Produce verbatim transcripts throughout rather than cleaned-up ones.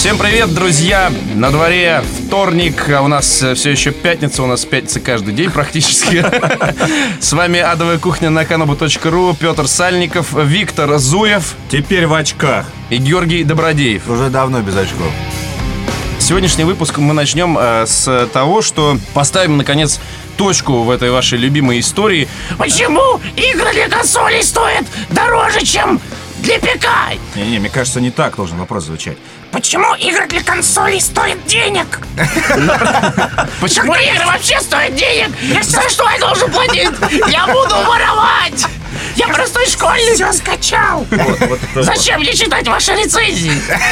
Всем привет, друзья! На дворе вторник, а у нас все еще пятница. У нас пятница каждый день практически. С вами Адовая кухня на канобу точка ру. Петр Сальников, Виктор Зуев. Теперь в очках. И Георгий Добродеев. Уже давно без очков. Сегодняшний выпуск мы начнем э, с того, что поставим, наконец, точку в этой вашей любимой истории. Почему игры для консолей стоят дороже, чем для ПК? Не-не, мне кажется, не так должен вопрос звучать. Почему игры для консолей стоят денег? Почему игры вообще стоят денег? За что я должен платить? Я буду воровать! Я простой школьник! Все скачал! Зачем мне читать ваши рецензии?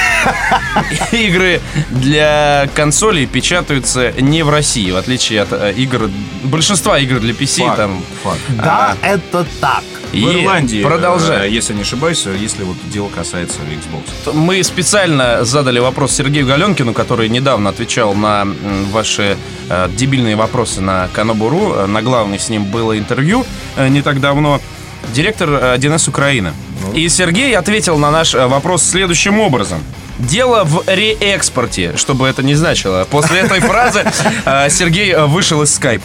Игры для консолей печатаются не в России, в отличие от э, игр, большинства игр для пи си. Факт, там, факт. Да, а, это так. В Ирландии, продолжаем. э, если не ошибаюсь, если вот дело касается Xbox. Мы специально задали вопрос Сергею Галенкину, который недавно отвечал на м, ваши э, дебильные вопросы на канобу.ру. На главной с ним было интервью э, не так давно. Директор один эс Украины. Ну. И Сергей ответил на наш вопрос следующим образом. Дело в реэкспорте, что бы это ни значило. После этой фразы э, Сергей вышел из скайпа.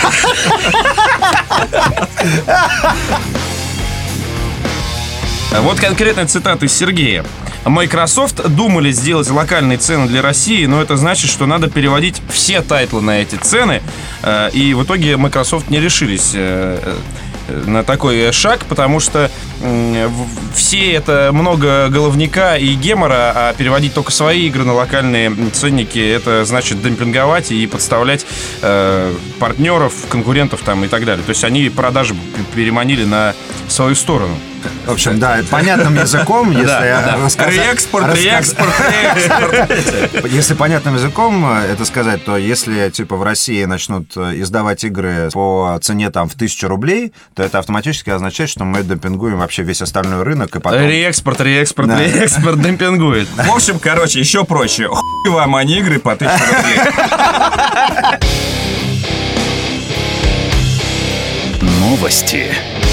Вот конкретная цитата из Сергея. Microsoft думали сделать локальные цены для России, но это значит, что надо переводить все тайтлы на эти цены. э, И в итоге Microsoft не решились э, на такой шаг, потому что э, все это много головника и гемора, а переводить только свои игры на локальные ценники, это значит демпинговать и подставлять э, партнеров, конкурентов там и так далее. То есть они продажи переманили на свою сторону. В общем, да, понятным языком, если рассказать... Реэкспорт, реэкспорт, реэкспорт. Если понятным языком это сказать, то если, типа, в России начнут издавать игры по цене, там, в тысячу рублей, то это автоматически означает, что мы демпингуем вообще весь остальной рынок, и потом... Реэкспорт, реэкспорт, да. реэкспорт демпингует. В общем, короче, еще проще. Хуй вам, а не игры по тысяче рублей. Новости.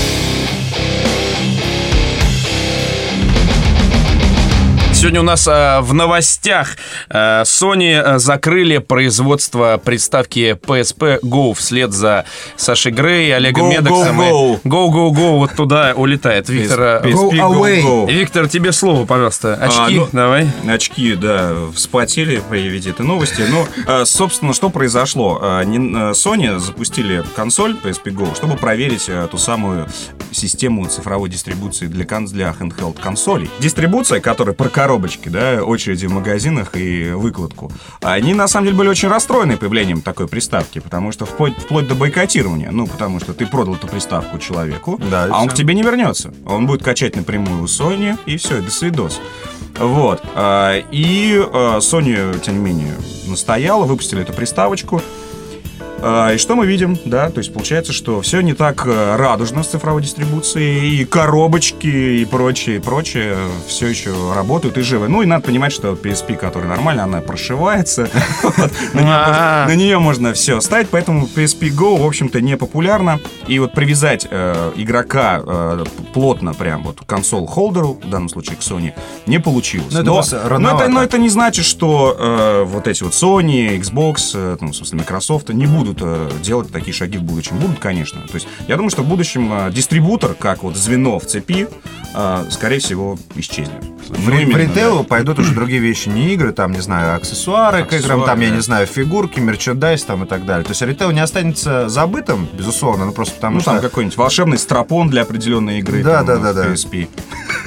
Сегодня у нас э, в новостях э, Sony э, закрыли производство приставки пи эс пи Go вслед за Сашей Грей, Олегом Go, Медексом. go, go. Go, go, go, вот туда улетает. Виктор, пи эс пи, Go away. go, go. Виктор, тебе слово, пожалуйста. Очки, А, ну, давай. Очки, да, вспотели при виде этой новости. Ну, а, собственно, что произошло? А, не- а, Sony запустили консоль пи эс пи Go, чтобы проверить а, ту самую систему цифровой дистрибуции для, кон- для handheld консолей. Дистрибуция, которая про коробочки, да, очереди в магазинах и выкладку, они, на самом деле, были очень расстроены появлением такой приставки, потому что вплоть, вплоть до бойкотирования. Ну, потому что ты продал эту приставку человеку, Да, и а он всё. к тебе не вернется. Он будет качать напрямую у Sony, и все, до свидос. Вот. А, И а, Sony, тем не менее, настояла, выпустили эту приставочку. А, И что мы видим, да, то есть получается, что все не так а, радужно с цифровой дистрибуцией, и коробочки, и прочее, и прочее все еще работают и живы. Ну и надо понимать, что пи эс пи, которая нормально, она прошивается, Вот. На нее можно- на нее можно все ставить, поэтому пи эс пи Go, в общем-то, не популярна. И вот привязать э, игрока э, плотно прям вот к консол-холдеру, в данном случае к Sony, не получилось. Ну, это Но, просто но рановато. это, но это не значит, что э, вот эти вот Sony, Xbox, э, ну, в смысле Microsoft не будут э, делать такие шаги в будущем. Будут, конечно. То есть я думаю, что в будущем э, дистрибутор, как вот звено в цепи, э, скорее всего, исчезнет. В, Ну, ре- в именно, ритейл да. пойдут уже другие вещи, не игры, там, не знаю, аксессуары к играм, Аксессуары, там, я да. не знаю, фигурки, мерчендайз там и так далее. То есть ритейл не останется забытым, безусловно, ну просто потому Ну, что... там какой-нибудь волшебный стропон для определенной игры. Да, там, да, да, в да. пи эс пи.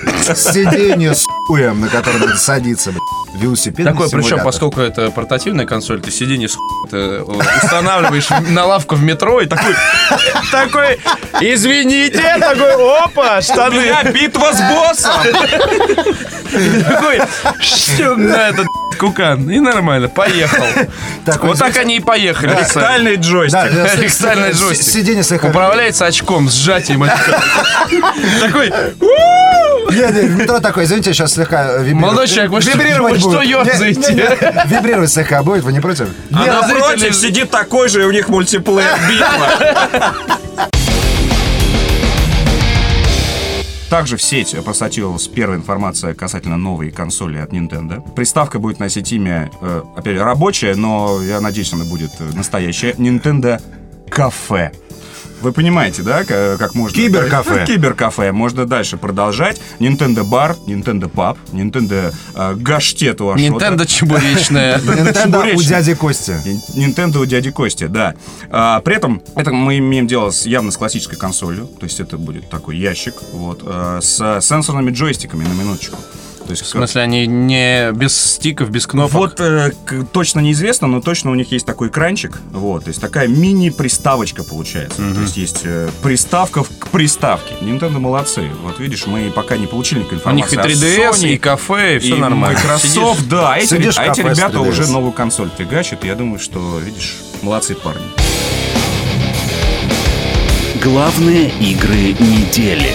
Сиденье с хуем, на котором надо садиться, блядь. Велосипедный Такое, причем, симулятор. поскольку это портативная консоль, ты сиденье с хуй, ты устанавливаешь на лавку в метро и такой, такой, извините, такой, опа, штаны. Бля, битва с боссом! Такой, что на этот кукан. И нормально, поехал. Так, Вот вот так здесь- они и поехали. Ректальный джойстик. Да, да, с- Ректальный с- джойстик. Сиденье слегка... Управляется очком, сжатием. Такой, Не, не, в метро такой, извините, сейчас слегка вибрирует. молодой человек, вы что, Вибрировать вы что будет. ёрзаете? Не, не, не, Вибрировать слегка будет, вы не против? А Нет, напротив зрители- сидит такой же, и у них мультиплеер битва. Также в сеть просочилась первая информация касательно новой консоли от Nintendo. Приставка будет носить имя, э, опять рабочее, но я надеюсь, она будет настоящая. Nintendo Cafe. Вы понимаете, да, как можно... Киберкафе. Киберкафе. Можно дальше продолжать. Nintendo Бар, Nintendo Паб, Nintendo э, Гаштет у Ашота. Nintendo чебуречная. Nintendo у дяди Кости. Nintendo у дяди Кости, да. А, при этом это мы имеем дело с, явно с классической консолью. То есть это будет такой ящик, вот, э, с сенсорными джойстиками, на минуточку. То есть, в смысле, они не без стиков, без кнопок? Вот э, к, точно неизвестно, но точно у них есть такой экранчик. Вот, то есть такая мини-приставочка получается. Mm-hmm. То есть есть э, приставка к приставке. Nintendo молодцы. Вот видишь, мы пока не получили никакой информации. У них и три ди эс, Sony, и кафе, и все и нормально. Microsoft, Сидишь, да. А эти, сидишь а эти ребята уже новую консоль фигачат. Я думаю, что, видишь, молодцы парни. Главные игры недели.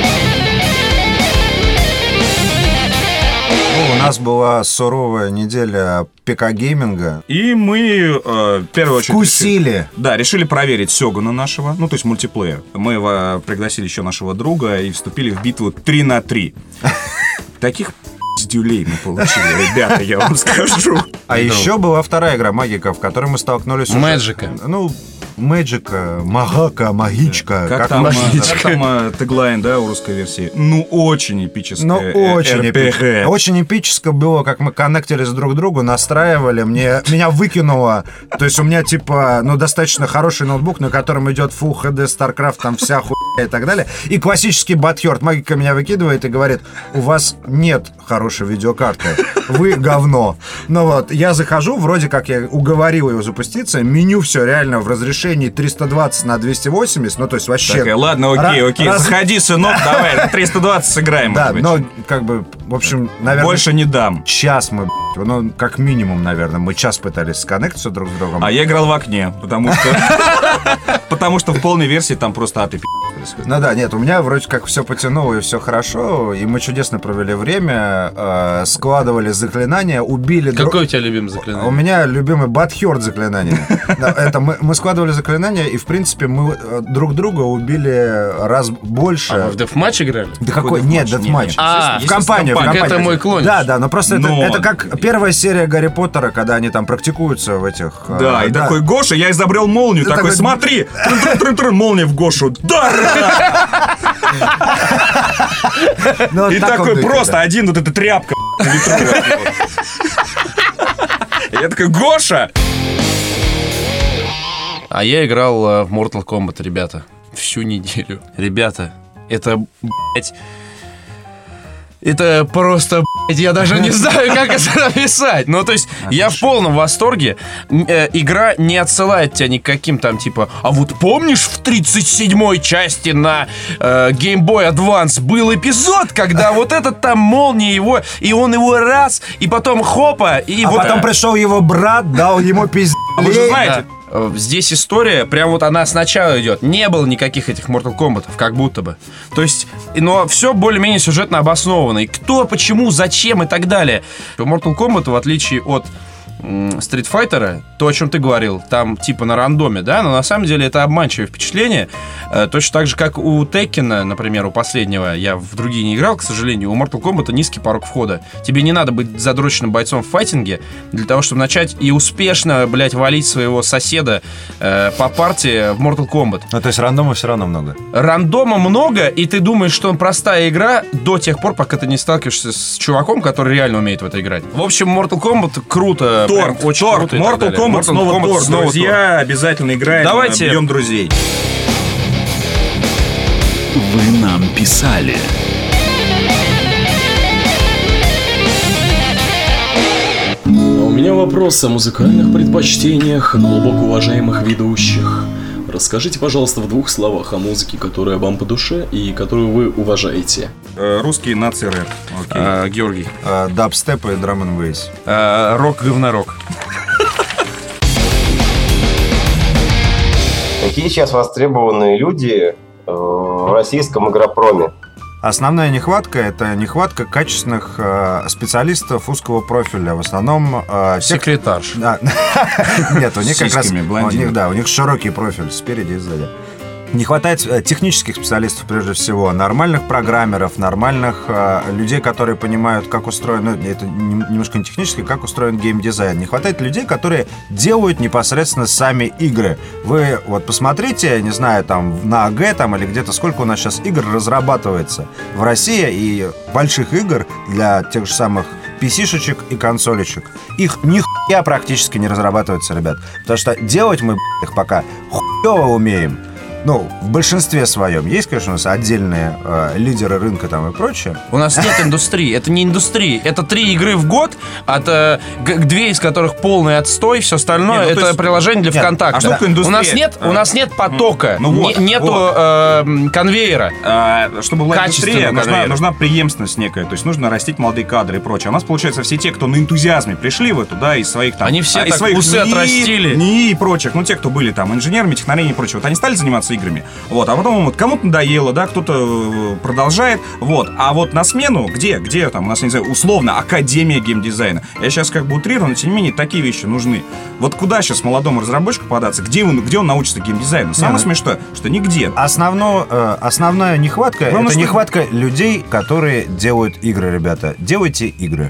Ну, у нас была суровая неделя ПК-гейминга. И мы, э, в первую очередь... Вкусили. Решили, да, решили проверить Сёгуна нашего, ну, то есть мультиплеер. Мы его пригласили еще нашего друга и вступили в битву три на три. Таких пиздюлей мы получили, ребята, я вам скажу. А еще была вторая игра Магика, в которой мы столкнулись... Мэджика. Ну, Мэджика, Магака, Магичка. Как, как там, как там теглайн, да, у русской версии? Ну, очень эпическое. Ну, очень эпическое. Очень эпическое было, как мы коннектились друг к другу, настраивали. Мне, меня выкинуло. То есть у меня, типа, ну, достаточно хороший ноутбук, на котором идет Full эйч ди, StarCraft, там вся хуйня и так далее. И классический Батхёрд. Магика меня выкидывает и говорит: у вас нет хорошей видеокарты. Вы говно. Ну вот, я захожу, вроде как я уговорил его запуститься. Меню все реально в разрешении триста двадцать на двести восемьдесят, ну, то есть вообще... Так, ладно, окей, Ra- окей, раз... заходи, сынок, давай, на триста двадцать сыграем. Да, но, как бы, в общем, наверное... Больше не дам. Час мы, ну, как минимум, наверное, мы час пытались сконнектиться друг с другом. А я играл в окне, потому что... Потому что в полной версии там просто аты происходит. Ну да, нет, у меня вроде как все потянуло и все хорошо, и мы чудесно провели время, складывали заклинания, убили... Какое у тебя любимое заклинание? У меня любимый Батхёрд заклинание. Это мы складывали заклинания, и, в принципе, мы друг друга убили раз больше. А вы в дефматч играли? Да какой? Нет, дефматч. А, в компанию. Это мой клон. Да, да, но просто это как первая серия Гарри Поттера, когда они там практикуются в этих... Да, и такой: Гоша, я изобрел молнию. Такой: смотри, молния в Гошу. Да! И такой просто один вот эта тряпка на ветру. Я такой: Гоша! А я играл в Mortal Kombat, ребята, всю неделю. Ребята, это, блядь, это просто, блядь, я даже не знаю, как это написать. Ну, то есть, я в полном восторге. Э, игра не отсылает тебя ни к каким там, типа, а вот помнишь, в тридцать седьмой части на э, Game Boy Advance был эпизод, когда вот этот там молния его, и он его раз, и потом хопа, и а вот... потом пришел его брат, дал ему пиздец. А вы же знаете... Здесь история, прям вот она сначала идет. Не было никаких этих Mortal Kombat'ов, как будто бы. То есть, но все более-менее сюжетно обосновано. И кто, почему, зачем и так далее. Mortal Kombat, в отличие от Street Fighter, то, о чем ты говорил, там типа на рандоме, да, но на самом деле это обманчивое впечатление. Точно так же, как у Tekken, например, у последнего, я в другие не играл, к сожалению, у Mortal Kombat низкий порог входа. Тебе не надо быть задроченным бойцом в файтинге для того, чтобы начать и успешно, блядь, валить своего соседа э, по партии в Mortal Kombat. Ну, то есть рандома все равно много. Рандома много, и ты думаешь, что он простая игра до тех пор, пока ты не сталкиваешься с чуваком, который реально умеет в это играть. В общем, Mortal Kombat круто. Торт, очень торт, Mortal Kombat, снова торт. Друзья, обязательно играем, давайте бьем друзей. Вы нам писали. А у меня вопрос о музыкальных предпочтениях глубоко уважаемых ведущих. Расскажите, пожалуйста, в двух словах о музыке, которая вам по душе и которую вы уважаете. Э, русский наци-рэп. А, Георгий. А, дабстеп и драм н бейс. А, рок-говнорок. Какие сейчас востребованные люди в российском игропроме? Основная нехватка — это нехватка качественных э, специалистов узкого профиля. В основном... Э, секретарш. Да. Нет, у них как раз... Сиськами, У них, да, у них широкий профиль спереди и сзади. Не хватает э, технических специалистов, прежде всего, нормальных программеров, нормальных э, людей, которые понимают, как устроен, ну, это немножко не технически, как устроен геймдизайн. Не хватает людей, которые делают непосредственно сами игры. Вы вот посмотрите, не знаю, там на АГ там, или где-то сколько у нас сейчас игр разрабатывается в России, и больших игр для тех же самых пи си-шечек и консолечек. Их нихуя практически не разрабатывается, ребят. Потому что делать мы, их пока хуёво умеем. Ну, в большинстве своем. Есть, конечно, у нас отдельные э, лидеры рынка там и прочее. У нас нет индустрии. Это не индустрия. Это три игры в год, от, э, г- две из которых полный отстой, все остальное нет, ну, это есть... приложение для нет, ВКонтакте. А что такое индустрия? У нас нет, а. у нас нет потока, ну, вот, не, нету вот. э, конвейера. А, чтобы была индустрия, нужна, нужна преемственность некая. То есть нужно растить молодые кадры и прочее. У нас, получается, все те, кто на энтузиазме пришли в эту, да, из своих там... Они все а, так своих усы отрастили. НИИ и прочих. Ну, те, кто были там инженерами, технарями и прочее. Вот они стали заниматься играми. Вот, а потом вот кому-то надоело, да, кто-то продолжает. Вот. А вот на смену, где, где там, у нас, не знаю, условно, Академия геймдизайна. Я сейчас как бы утрирую, но тем не менее такие вещи нужны. Вот куда сейчас молодому разработчику податься? Где он, где он научится геймдизайну? Самое смешное, что нигде. Основно, э, основная нехватка, Главное, это что... нехватка людей, которые делают игры, ребята. Делайте игры.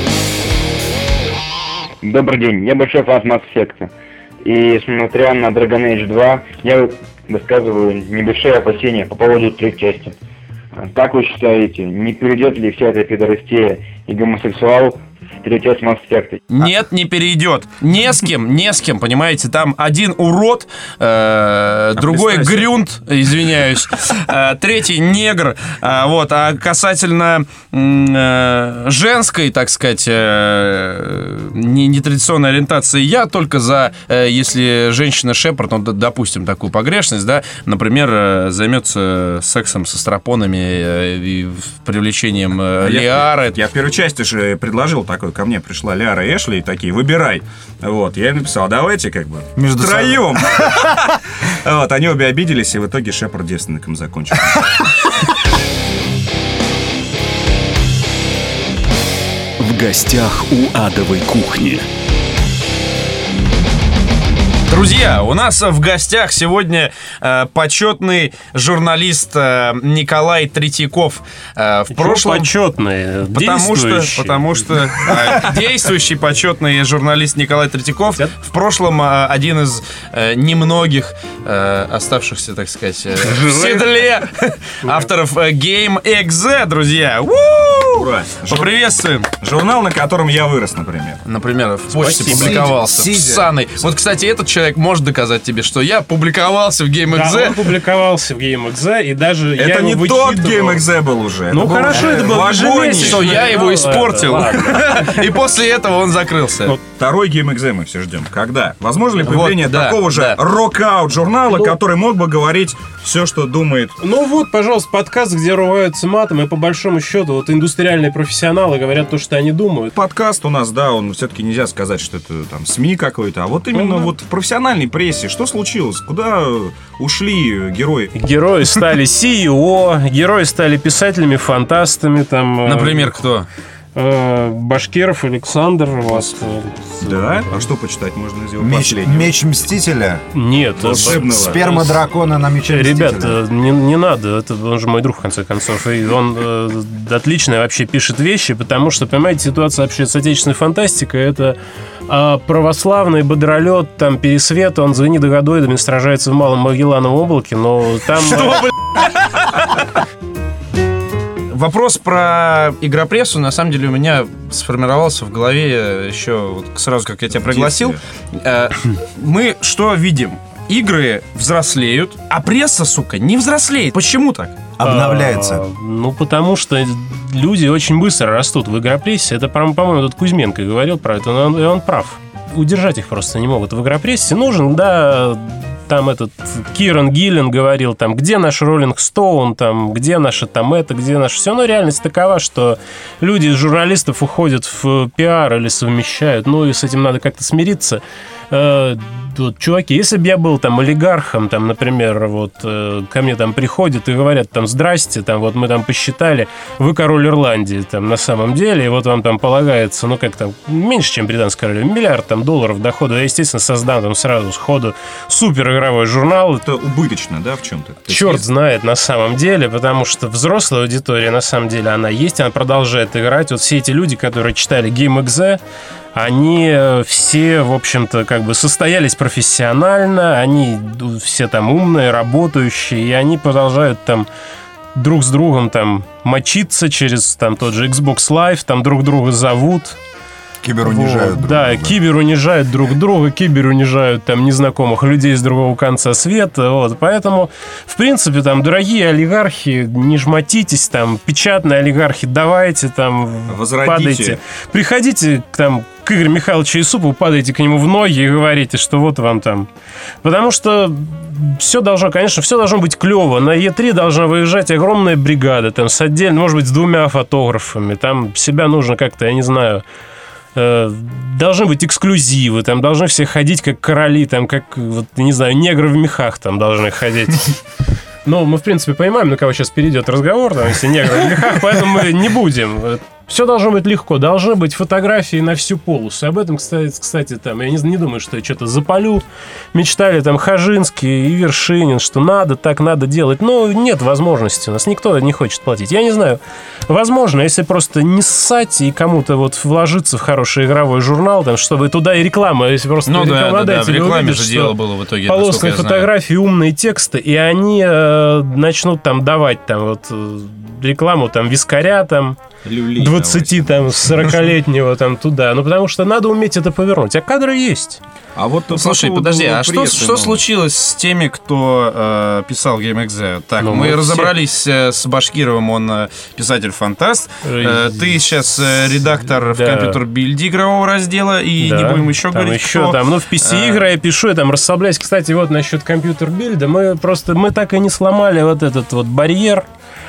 Добрый день, я большой фан Mass Effect. И смотря на Dragon Age два, я высказываю небольшие опасения по поводу третьей части. Как вы считаете, не перейдет ли вся эта пидорастия и гомосексуал в третью часть Mass Effect? Нет, не перейдет. Не с кем, не с кем, понимаете. Там один урод, э, другой грюнт, извиняюсь, э, третий негр. Э, вот. А касательно э, женской, так сказать, э, не, нетрадиционной ориентации, я только за, э, если женщина Шепард, ну, допустим, такую погрешность, да, например, э, займется сексом с астропонами э, и привлечением э, Лиары. Я, я в первой части же предложил такой, ко мне пришла Ляра и Эшли, и такие, выбирай. Вот, я им написал, давайте как бы между втроем. Вот, они обе обиделись, и в итоге Шепард девственником закончил. В гостях у адовой кухни. Друзья, у нас в гостях сегодня э, почетный журналист э, Николай Третьяков. Э, в прошлом почетный, потому что, потому что э, действующий почетный журналист Николай Третьяков. В прошлом э, один из э, немногих э, оставшихся, так сказать, э, в седле авторов э, GameXZ, друзья. Ура! Поприветствуем. Журнал, на котором я вырос, например. Например, в почте публиковался. Сидя. В Саной. Вот, кстати, этот человек может доказать тебе, что я публиковался в GameXZ. Да, он публиковался в GameXZ, и даже это я не его тот GameXZ был уже. Ну, это хорошо, был, это был ежемесячный. Что я его испортил. И после этого он закрылся. Вот второй GameXZ мы все ждем. Когда? Возможно ли появление вот, да, такого же да. рок-аут журнала, ну, который мог бы говорить все, что думает? Ну вот, пожалуйста, подкаст, где ругаются матом, и по большому счету вот индустриальные профессионалы говорят то, что они думают. Подкаст у нас, да, он все-таки нельзя сказать, что это там СМИ какой-то, а вот именно ну, вот в профессиональной прессе. Что случилось? Куда ушли герои? Герои стали си и о, герои стали писателями-фантастами. Там, например, кто? Башкиров Александр. Вот. Да? А что почитать можно из его Меч, последнего? Меч Мстителя? Нет. Волшебного. Сперма дракона на мече Ребят, Мстителя. не, не надо. Это, он же мой друг, в конце концов. И он э, отлично вообще пишет вещи, потому что, понимаете, ситуация вообще с отечественной фантастикой. Это э, православный бодролет, там, Пересвет, он за недогодойдами сражается в Малом Магеллановом облаке, но там... Что, блядь? Вопрос про игропрессу, на самом деле, у меня сформировался в голове еще вот сразу, как я тебя пригласил. Мы что видим? Игры взрослеют, а пресса, сука, не взрослеет. Почему так? Обновляется. А, ну, потому что люди очень быстро растут в игропрессе. Это, по-моему, тут Кузьменко говорил про это, но он, и он прав. Удержать их просто не могут в игропрессе. Нужен, да... Там этот Киран Гиллен говорил, там, где наш Роллинг Стоун, там, где наше там это, где наше все. Но реальность такова, что люди из журналистов уходят в пиар или совмещают. Ну, и с этим надо как-то смириться. вот, чуваки, если бы я был там олигархом, там, например, вот э, ко мне там приходят и говорят там: здрасте, там, вот мы там посчитали, вы король Ирландии, там, на самом деле, и вот вам там полагается, ну, как там, меньше, чем британская королева, миллиард там долларов дохода, я, естественно, создам там сразу сходу супер игровой журнал. Это убыточно, да, в чем-то? Черт есть... знает на самом деле, потому что взрослая аудитория, на самом деле, она есть, она продолжает играть. Вот все эти люди, которые читали GameXZ, они все, в общем-то, как бы состоялись профессионально, они все там умные, работающие, и они продолжают там друг с другом там мочиться через там тот же Xbox Live, там друг друга зовут. Киберунижают вот, друг да, друга. киберунижают друг друга, киберунижают там незнакомых людей с другого конца света. Вот. Поэтому, в принципе, там, дорогие олигархи, не жмотитесь, там, печатные олигархи, давайте там, возродите. Падайте. Приходите там, к Игорю Михайловичу Юсупову, падайте к нему в ноги и говорите, что вот вам там. Потому что все должно, конечно, все должно быть клево. На Е три должна выезжать огромная бригада, там, с отдельно, может быть, с двумя фотографами. Там себя нужно как-то, я не знаю... Должны быть эксклюзивы, там должны все ходить как короли, там как, вот, не знаю, негры в мехах там должны ходить. Ну, мы, в принципе, понимаем, на кого сейчас перейдет разговор, там, если негры в мехах, поэтому мы не будем. Все должно быть легко, должны быть фотографии на всю полосу. Об этом, кстати, кстати там, я не, не думаю, что я что-то запалю. Мечтали там Хажинский и Вершинин, что надо, так надо делать. Но нет возможности у нас, никто не хочет платить. Я не знаю, возможно, если просто не ссать и кому-то вот вложиться в хороший игровой журнал, там, чтобы туда и реклама, если просто ну, рекламодатель да, да, да. В рекламе увидит, же дело было в итоге, полосные фотографии, умные тексты, и они э, начнут там давать там вот рекламу там вискаря там Люли, двадцати там сорокалетнего там туда. Ну, потому что надо уметь это повернуть. А кадры есть. А вот ну, слушай, подожди, а что, что случилось с теми, кто э, писал GameXZ? Так, ну, мы, мы разобрались все... с Башкировым, он э, писатель-фантаст. Э, ты сейчас э, редактор да. в компьютер-билде игрового раздела, и да. не будем еще там говорить, еще, кто... Там, ну, в пи си-игры я пишу, я там расслабляюсь. Кстати, вот насчет компьютер-билда, мы просто, мы так и не сломали вот этот вот барьер,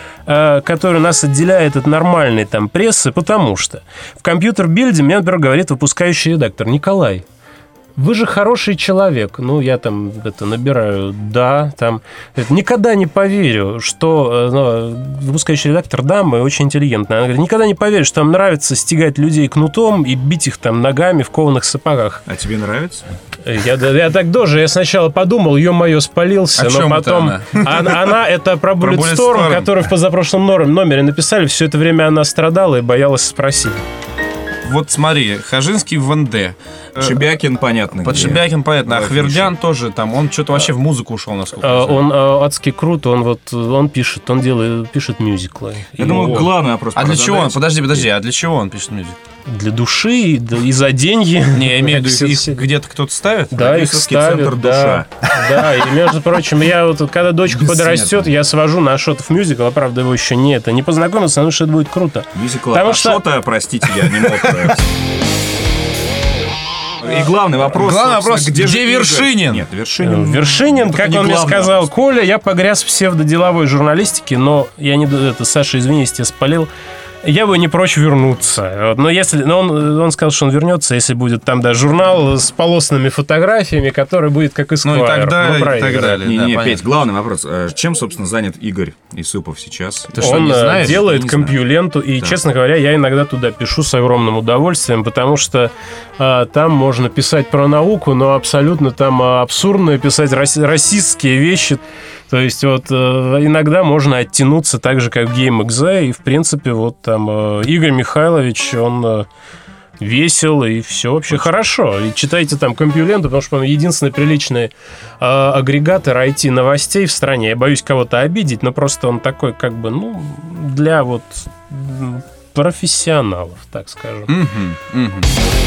который нас отделяет от нормальной там прессы, потому что в компьютер-билде мне, например, говорит выпускающий редактор: Николай, вы же хороший человек. Ну, я там это набираю, да, там. Это, никогда не поверю, что ну, выпускающий редактор дама очень интеллигентная. Она говорит: никогда не поверю, что вам нравится стегать людей кнутом и бить их там ногами в кованых сапогах. А тебе нравится? Я, я так тоже, я сначала подумал, ё-моё, спалился, а но потом... Она? Она, она это про Bulletstorm, который в позапрошлом номере написали, все это время она страдала и боялась спросить. Вот смотри, Хажинский в эн дэ. Шебякин, понятно. Подшибякин, понятно. А Хвердян тоже там, он что-то вообще в музыку ушел, насколько я знаю. Он адски крут, он вот, он пишет, он делает, пишет мюзиклы. Я думаю, главное просто... А для чего он, подожди, подожди, а для чего он пишет мюзикл? Для души и за деньги. Не, я имею в виду, их где-то кто-то ставит? Да, их ставят, да. Да, и между прочим, я вот, когда дочка подрастет, я свожу на Ашотов мюзикл, а правда его еще не это, не познакомился, но что это будет круто. Мюзикл Ашота, простите, я не мог проверить. И главный вопрос, главный вопрос где, где Вершинин? Нет, Вершинин. Вершинин, как он мне сказал, Коля, я погряз в псевдоделовой журналистике, но я не... Это, Саша, извини, если я спалил. Я бы не прочь вернуться. Но если, но он, он сказал, что он вернется, если будет там да, журнал с полосными фотографиями, который будет как Esquire. Ну и тогда, ну, и так далее. Не, да, не, понятно. Петь, главный вопрос. Чем, собственно, занят Игорь Исупов сейчас? Ты что, он не знаешь? делает компью-ленту, и, да. честно говоря, я иногда туда пишу с огромным удовольствием, потому что а, там можно писать про науку, но абсолютно там абсурдно писать расистские вещи. То есть вот э, иногда можно оттянуться так же, как в GameXZ, и в принципе вот там э, Игорь Михайлович, он э, весел, и все вообще Очень. Хорошо. И читайте там компью-ленту, потому что он единственный приличный э, агрегатор ай ти-новостей в стране. Я боюсь кого-то обидеть, но просто он такой как бы, ну, для вот профессионалов, так скажем. Mm-hmm. Mm-hmm.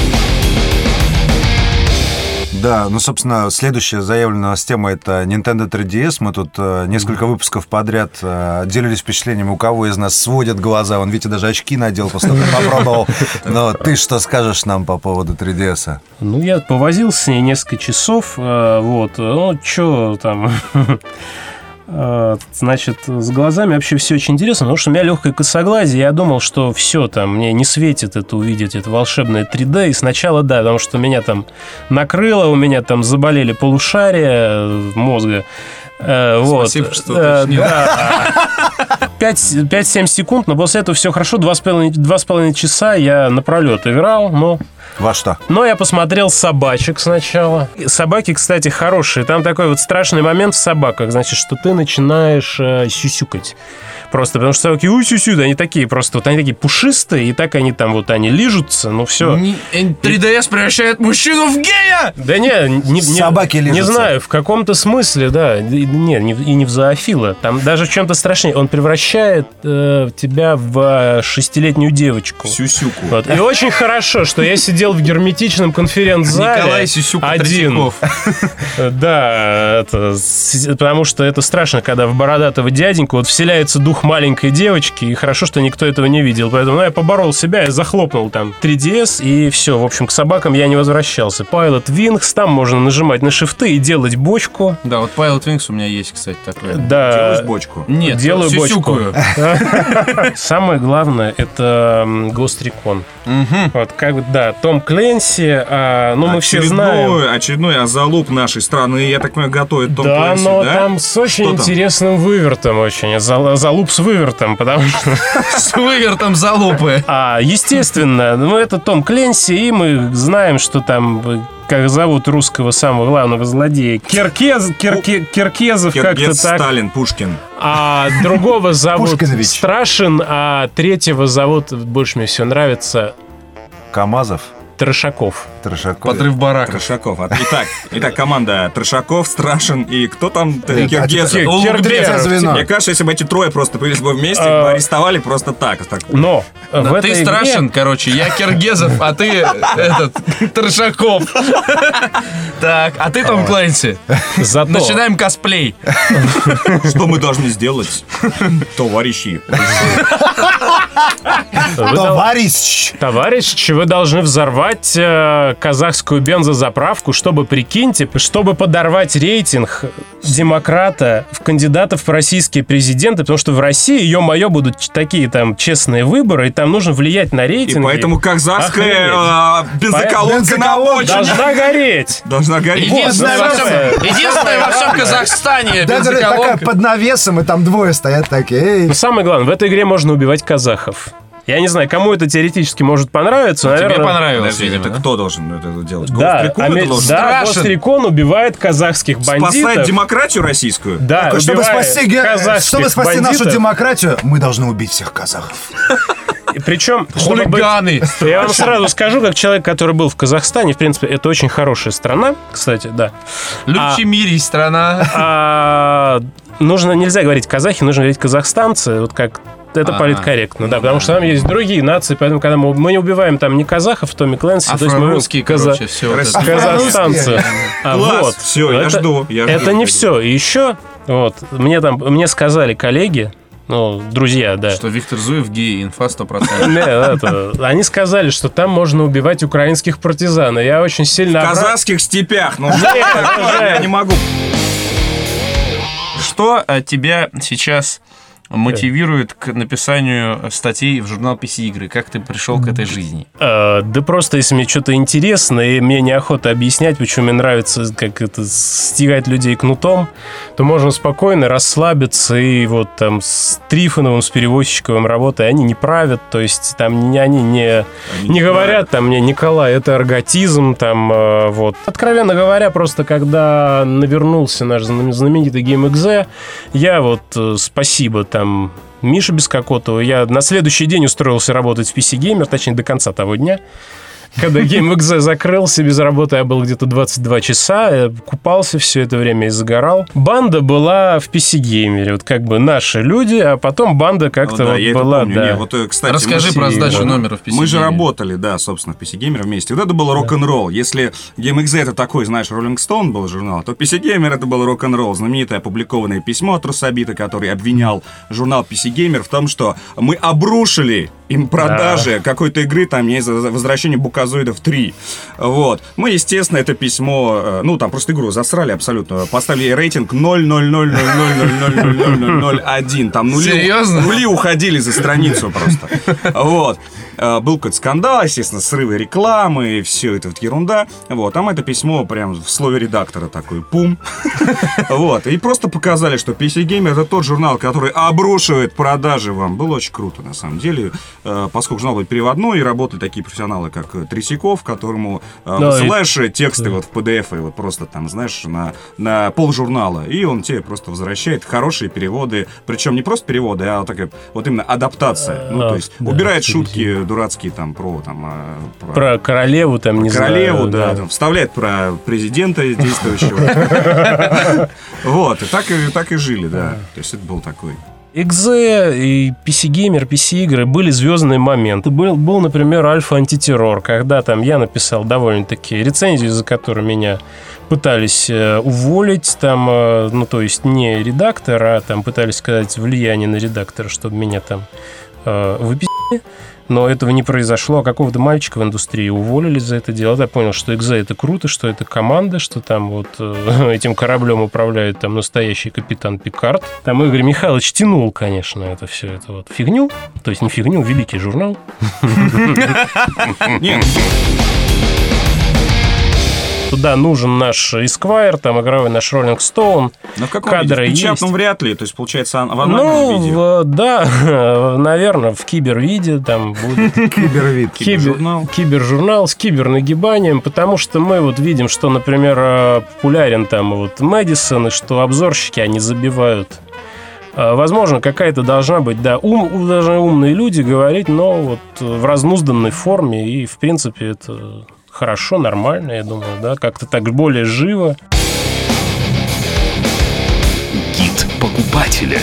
Да, ну, собственно, следующая заявленная у нас тема — это Nintendo три ди эс. Мы тут э, несколько выпусков подряд э, делились впечатлениями, у кого из нас сводят глаза. Вон, Витя даже очки надел, после того, как попробовал. Но ты что скажешь нам по поводу три ди эс? Ну, я повозился с ней несколько часов. Э, вот, ну, что там... Значит, с глазами вообще все очень интересно, потому что у меня легкое косоглазие, я думал, что все там, мне не светит это увидеть, это волшебное три дэ, и сначала да, потому что меня там накрыло, у меня там заболели полушария мозга. Вот. Спасибо, что уточнил. пять-семь секунд, но после этого все хорошо, два с половиной часа я напролет играл, но... Во что? Но я посмотрел собачек сначала. Собаки, кстати, хорошие. Там такой вот страшный момент в собаках, значит, что ты начинаешь э, сюсюкать. Просто потому что собаки у-сю-сю, они такие просто, вот они такие пушистые, и так они там вот, они лижутся, ну все. три дэ эс превращает мужчину в гея! Да не, не, собаки не, лижутся. Не знаю, в каком-то смысле, да. Не, не, и не в зоофила. Там даже в чем-то страшнее. Он превращает э, тебя в шестилетнюю девочку. Сюсюку. Вот. И очень хорошо, что я сидел в герметичном конференц-зале. Николай Сюсюка один. Да, это, потому что это страшно, когда в бородатого дяденьку вот вселяется дух маленькой девочки, и хорошо, что никто этого не видел. Поэтому ну, я поборол себя, я захлопнул там три ди эс, и все. В общем, к собакам я не возвращался. Pilot Wings, там можно нажимать на шифты и делать бочку. Да, вот Pilot Wings у меня есть, кстати, такое. Да. Делаешь бочку? Нет, делаю бочку. Самое главное — это Ghost Recon. Вот как, да, Том Кленси, ну мы все знаем. Очередной азалуп нашей страны, я так понимаю, готовит Том да, Кленси, но да? там с очень Что там? интересным вывертом очень. Залуп с вывертом, потому что... С вывертом залупы. А, естественно, ну это Том Кленси, и мы знаем, что там... Как зовут русского самого главного злодея? Киркез, Кирке, Киркезов как-то Киркез, так. Сталин, Пушкин. А другого зовут Пушкинович. Страшин, а третьего зовут, больше мне все нравится, Камазов. Трошаков. Трошаков. Подрыв барака. Трошаков. Итак, итак, команда Трошаков, Страшин и кто там? Киргизов. Киргизов. Мне кажется, если бы эти трое просто появились бы вместе, их бы арестовали просто так. Но в Да этой ты игре- Страшин, короче, я Киргизов, а ты этот Трошаков. Так, а ты Том Кленси. Зато Начинаем косплей. Что мы должны сделать, товарищи? вы дол- Товарищ! Товарищ, вы должны взорвать э, казахскую бензозаправку, чтобы, прикиньте, чтобы подорвать рейтинг демократа в кандидатов в российские президенты, потому что в России, ё-моё, будут ч- такие там честные выборы, и там нужно влиять на И рейтинги. поэтому казахская Охренеть. э, бензоколонка на обочине Должна гореть. должна гореть. Единственное во всем, самое- единственное во всем Казахстане Да, говорит, такая бензоколонка. под навесом, и там двое стоят такие. Но самое главное, в этой игре можно убивать казахов. Я не знаю, кому это теоретически может понравиться. Тебе наверное... понравилось, Подожди, видимо, это да? кто должен это делать? Да, Ghost Recon аме- это должен? да, Страшен. Ghost Recon убивает казахских бандитов. Спасать демократию российскую? Да, Так, чтобы убивает спасти, ге- казахских чтобы спасти нашу бандитов. демократию, мы должны убить всех казахов. И Причем, чтобы быть- Хулиганы. я вам сразу скажу, как человек, который был в Казахстане, в принципе, это очень хорошая страна, кстати, да. Любчемирий страна. А, нужно, нельзя говорить казахи, нужно говорить казахстанцы, вот как это А, политкорректно, да, потому что там есть другие нации, поэтому когда мы, мы не убиваем там не казахов, Томми Кленси, то есть мы Афро-русские, каза- короче, все. вот это. казахстанцы. А, Класс, вот. всё, я Это- жду, я Это жду. не все. И еще, вот, мне там, мне сказали коллеги, ну, друзья, да. Что Виктор Зуев гей, инфа сто процентов. Не, это, они сказали, что там можно убивать украинских партизан. И я очень сильно... В обра- казахских степях. Ну, Нет, я уже- не могу. Что э, тебя сейчас мотивирует к написанию статей в журнал пи си-игры? Как ты пришел к этой жизни? Э, да просто, если мне что-то интересно, и мне неохота объяснять, почему мне нравится как это стягать людей кнутом, то можно спокойно расслабиться, и вот там с Трифоновым, с Перевозчиковым работой они не правят, то есть там не, они не, Они не не говорят там мне, Николай, это арготизм, там э, вот. Откровенно говоря, просто когда навернулся наш знам- знаменитый GameXZ, я вот э, спасибо там Миша Бескокотова, я на следующий день устроился работать в пи си Gamer, точнее до конца того дня. Когда GameXZ закрылся, без работы я был где-то двадцать два часа, я купался все это время и загорал. Банда была в пи си Gamer, вот как бы наши люди, а потом банда как-то Ну да, вот я это была, помню. да. Не, вот, э, кстати, Расскажи мы про с- сдачу да. номера в пи си Мы же Gamer. работали, да, собственно, в пи си Gamer вместе. Вот это был рок-н-ролл. Если GameXZ это такой, знаешь, Rolling Stone был журнал, то пи си Gamer это был рок-н-ролл. Знаменитое опубликованное письмо от Русабита, который обвинял журнал пи си Gamer в том, что мы обрушили им продажи да. какой-то игры, там, не знаю, возвращение буказоидов три. Вот. Мы, естественно, это письмо, ну, там просто игру засрали абсолютно. Поставили рейтинг ноль ноль ноль ноль ноль ноль ноль ноль ноль ноль один. Там нули, Серьезно? нули уходили за страницу просто. Вот. Был какой-то скандал, естественно, срывы рекламы, и все это вот ерунда. Вот. Там это письмо прям в слове редактора такой, пум. Вот. И просто показали, что пи си Gamer это тот журнал, который обрушивает продажи вам. Было очень круто, на самом деле. Поскольку журнал был переводной, и работали такие профессионалы, как Тресяков, которому да, высылаешь и... тексты вот в пи ди эф, и вот просто там, знаешь, на, на полжурнала, и он тебе просто возвращает хорошие переводы. Причем не просто переводы, а такая вот именно адаптация. Ну, да, то есть да, убирает шутки дурацкие там про там про, про королеву там про не королеву, знаю, да, да. Там, вставляет про президента действующего. Вот, и так и так и жили, да. То есть это был такой. Экзе и пи си Gamer, пи си-игры были звездные моменты. Был, был, например, Альфа-антитеррор, когда там я написал довольно-таки рецензию, за которую меня пытались э, уволить, там, э, ну, то есть не редактор, а там пытались сказать влияние на редактора, чтобы меня там э, выпи***ли. Но этого не произошло. А какого-то мальчика в индустрии уволили за это дело. Я понял, что Экзе это круто, что это команда, что там вот э, этим кораблем управляет там настоящий капитан Пикард. Там Игорь Михайлович тянул, конечно, это все это вот фигню. То есть не фигню, великий журнал. Нет. Туда нужен наш Esquire, там игровой наш Rolling Stone. Но в каком кадры виде? В печатном есть. вряд ли, то есть получается в аналогичном виде. Ну, да, наверное, в кибервиде там будет Кибервид. Кибержурнал. Кибержурнал с кибернагибанием, потому что мы вот видим, что, например, популярен там вот Мэдисон, и что обзорщики, они забивают. Возможно, какая-то должна быть, да, ум, должны умные люди говорить, но вот в разнузданной форме, и, в принципе, это... Хорошо, нормально, я думаю, да, как-то так более живо. Гид покупателя.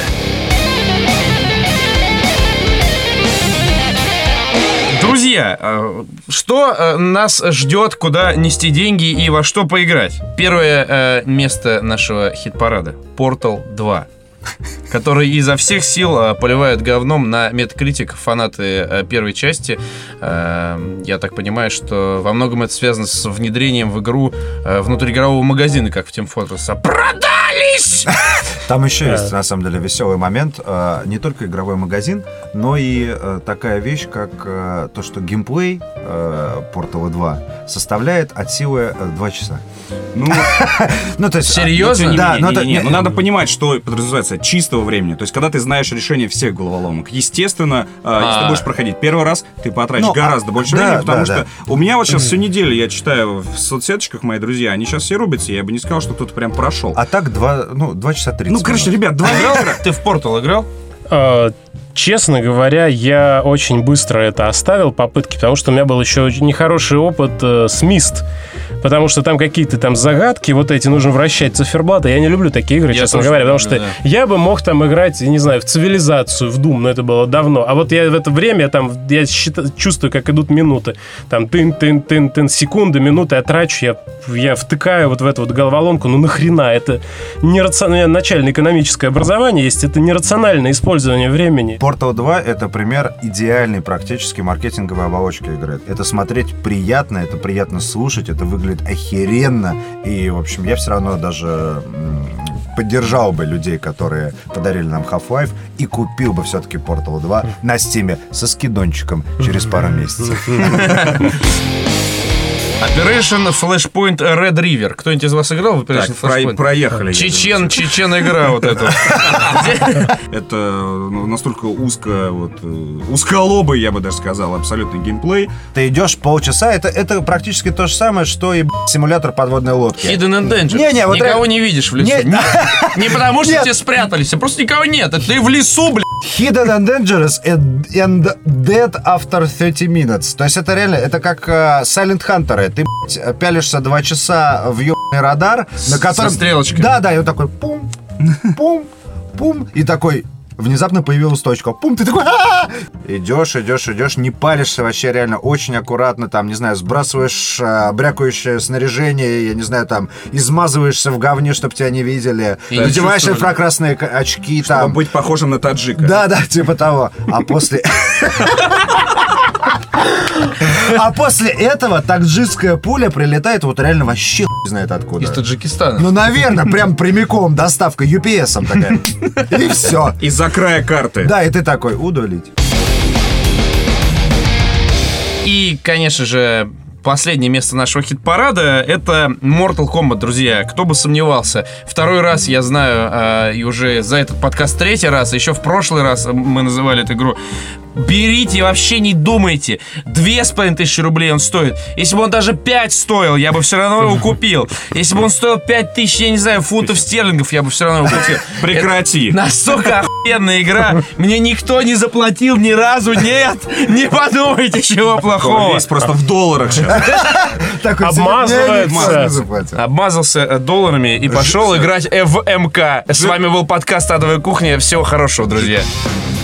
Друзья, что нас ждет, куда нести деньги и во что поиграть? Первое место нашего хит-парада – Portal два. Который изо всех сил а, поливают говном на Metacritic фанаты а, первой части. А, я так понимаю, что во многом это связано с внедрением в игру а, внутриигрового магазина, как в Team Fortress. Продались! Там еще есть, на самом деле, веселый момент. Не только игровой магазин, но и такая вещь, как то, что геймплей Portal два составляет от силы два часа. Ну, ну, то есть... Серьезно? Да, но надо понимать, что подразумевается чистого времени. То есть, когда ты знаешь решение всех головоломок. Естественно, если ты будешь проходить первый раз, ты потратишь гораздо больше времени, потому что у меня вот сейчас всю неделю, я читаю в соцсеточках, мои друзья, они сейчас все рубятся, я бы не сказал, что кто-то прям прошел. А так два, ну, два часа тридцать. Ну, короче, ребят, два игра. Ты в Portal играл? Честно говоря, я очень быстро это оставил, попытки, потому что у меня был еще очень нехороший опыт э, с Myst. Потому что там какие-то там загадки, вот эти, нужно вращать циферблаты. Я не люблю такие игры, я честно говоря, потому что да. я бы мог там играть, не знаю, в Цивилизацию, в Doom, но это было давно. А вот я в это время, там, я считаю, чувствую, как идут минуты. Там тын-тын-тын-тын, секунды, минуты я трачу, я, я втыкаю вот в эту вот головоломку. Ну нахрена? Это нерациональное, начальное экономическое образование есть, это нерациональное использование времени. Portal два — это пример идеальной практически маркетинговой оболочки игры. Это смотреть приятно, это приятно слушать, это выглядит охеренно. И, в общем, я все равно даже поддержал бы людей, которые подарили нам Half-Life, и купил бы все-таки Portal два на Steam со скидончиком через пару месяцев. Operation Flashpoint Red River. Кто-нибудь из вас играл в Operation так, Flashpoint? Проехали. Чечен, чечен игра вот эта. Это настолько узко, вот, узколобый, я бы даже сказал, абсолютный геймплей. Ты идешь полчаса, это, это практически то же самое, что и симулятор подводной лодки. Hidden and Danger. Не, не, вот никого это... не видишь в лесу. Не, не потому что тебе спрятались, а просто никого нет. Ты в лесу, блядь. Hidden and Dangerous and, and Dead After thirty minutes. То есть это реально, это как uh, Silent Hunter. Ты, блядь, пялишься два часа в ебаный радар, на котором... Со стрелочкой. Да, да, и он такой пум, пум, пум, и такой... внезапно появилась точка. Пум, ты такой, а идешь, идешь, идешь, не палишься вообще реально, очень аккуратно, там, не знаю, сбрасываешь а, брякающее снаряжение, я не знаю, там, измазываешься в говне, чтобы тебя не видели, надеваешь инфракрасные очки, чтобы там. быть похожим на таджика. Да, да, типа того. А после... А после этого таджикская пуля прилетает вот реально вообще хуй знает откуда. Из Таджикистана. Ну, наверное, прям прямиком доставка ю пи эс-ом такая. И все. Из-за края карты. Да, и ты такой, удалить. И, конечно же, последнее место нашего хит-парада — это Mortal Kombat, друзья. Кто бы сомневался. Второй раз, я знаю, э, и уже за этот подкаст третий раз, еще в прошлый раз мы называли эту игру. Берите, вообще не думайте. Две с половиной тысячи рублей он стоит. Если бы он даже пять стоил, я бы все равно его купил. Если бы он стоил пять тысяч, я не знаю, фунтов стерлингов, я бы все равно его купил. Прекрати. Это настолько охуенная игра. Мне никто не заплатил ни разу, нет. Не подумайте, чего плохого. Весь просто в долларах сейчас. Обмазывается. Обмазался долларами и пошел играть в эм ка. С вами был подкаст «Адовая кухня». Всего хорошего, друзья.